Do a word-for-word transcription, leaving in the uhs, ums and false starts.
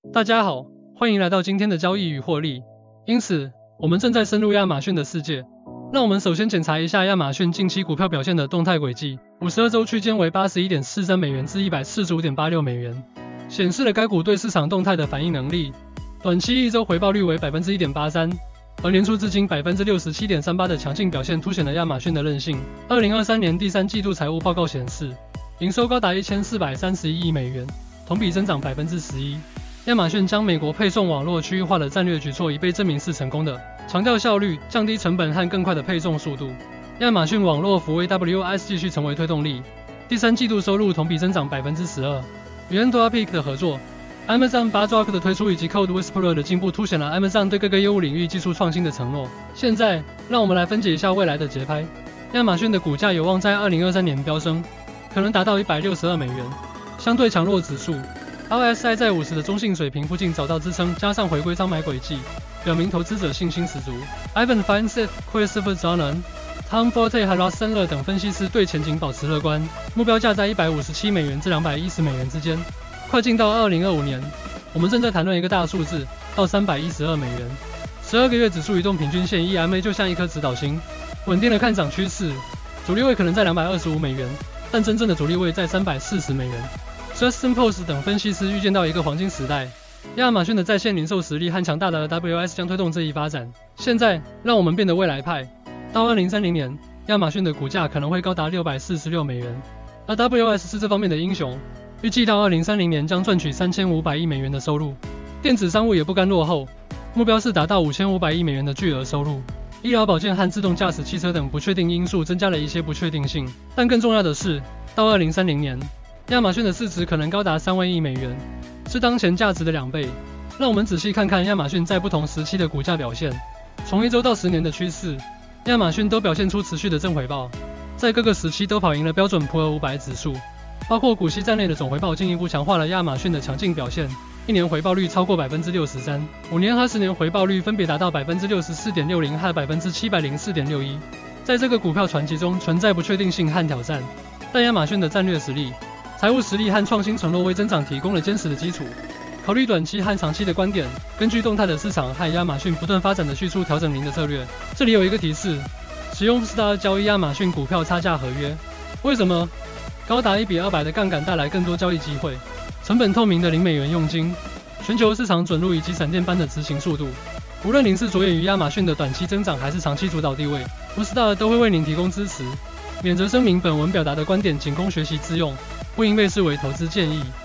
大家好，欢迎来到今天的交易与获利。因此，我们正在深入亚马逊的世界。让我们首先检查一下亚马逊近期股票表现的动态轨迹。五十二周区间为 八十一点四三美元至 一百四十五点八六美元，显示了该股对市场动态的反应能力。短期一周回报率为 百分之一点八三， 而年初至今 百分之六十七点三八 的强劲表现凸显了亚马逊的韧性。二零二三年第三季度财务报告显示，营收高达一千四百三十一亿美元，同比增长 百分之十一。亚马逊将美国配送网络区域化的战略举措已被证明是成功的，强调效率、降低成本和更快的配送速度。亚马逊网络服务 A W S 继续成为推动力，第三季度收入同比增长 百分之十二。与 Anthropic 的合作， Amazon Bedrock 的推出以及 Code Whisperer 的进步，凸显了 Amazon 对各个业务领域技术创新的承诺。现在，让我们来分解一下未来的节拍。亚马逊的股价有望在二零二三年飙升，可能达到一百六十二美元。相对强弱指数 R S I 在五十的中性水平附近找到支撑，加上回归仓买轨迹，表明投资者信心十足。Ivan Feinseth、Christopher Zonner、Tom Forte 和 Ross Sandler 等分析师对前景保持乐观，目标价在一百五十七美元至两百一十美元之间。快进到二零二五年，我们正在谈论一个大数字，到三百一十二美元。十二个月指数移动平均线 E M A 就像一颗指导星，稳定的看涨趋势。阻力位可能在两百二十五美元，但真正的阻力位在三百四十美元。Justin Post 等分析师预见到一个黄金时代，亚马逊的在线零售实力和强大的 A W S 将推动这一发展。现在，让我们变得未来派。到二零三零年，亚马逊的股价可能会高达六百四十六美元。A W S 是这方面的英雄，预计到二零三零年将赚取三千五百亿美元的收入。电子商务也不甘落后，目标是达到五千五百亿美元的巨额收入。医疗保健和自动驾驶汽车等不确定因素增加了一些不确定性，但更重要的是，到二零三零年，亚马逊的市值可能高达三万亿美元，是当前价值的两倍。让我们仔细看看亚马逊在不同时期的股价表现。从一周到十年的趋势，亚马逊都表现出持续的正回报，在各个时期都跑赢了标准普尔五百指数。包括股息在内的总回报进一步强化了亚马逊的强劲表现，一年回报率超过 百分之六十三， 五年和十年回报率分别达到 百分之六十四点六零 和 百分之七百零四点六一。在这个股票传奇中存在不确定性和挑战，但亚马逊的战略实力、财务实力和创新承诺为增长提供了坚实的基础。考虑短期和长期的观点，根据动态的市场和亚马逊不断发展的叙述调整您的策略。这里有一个提示：使用 Star 交易亚马逊股票差价合约。为什么？高达一比二百的杠杆带来更多交易机会，成本透明的零美元佣金，全球市场准入以及闪电般的执行速度。无论您是着眼于亚马逊的短期增长还是长期主导地位，Star 都会为您提供支持。免责声明：本文表达的观点仅供学习之用，不应被视为投资建议。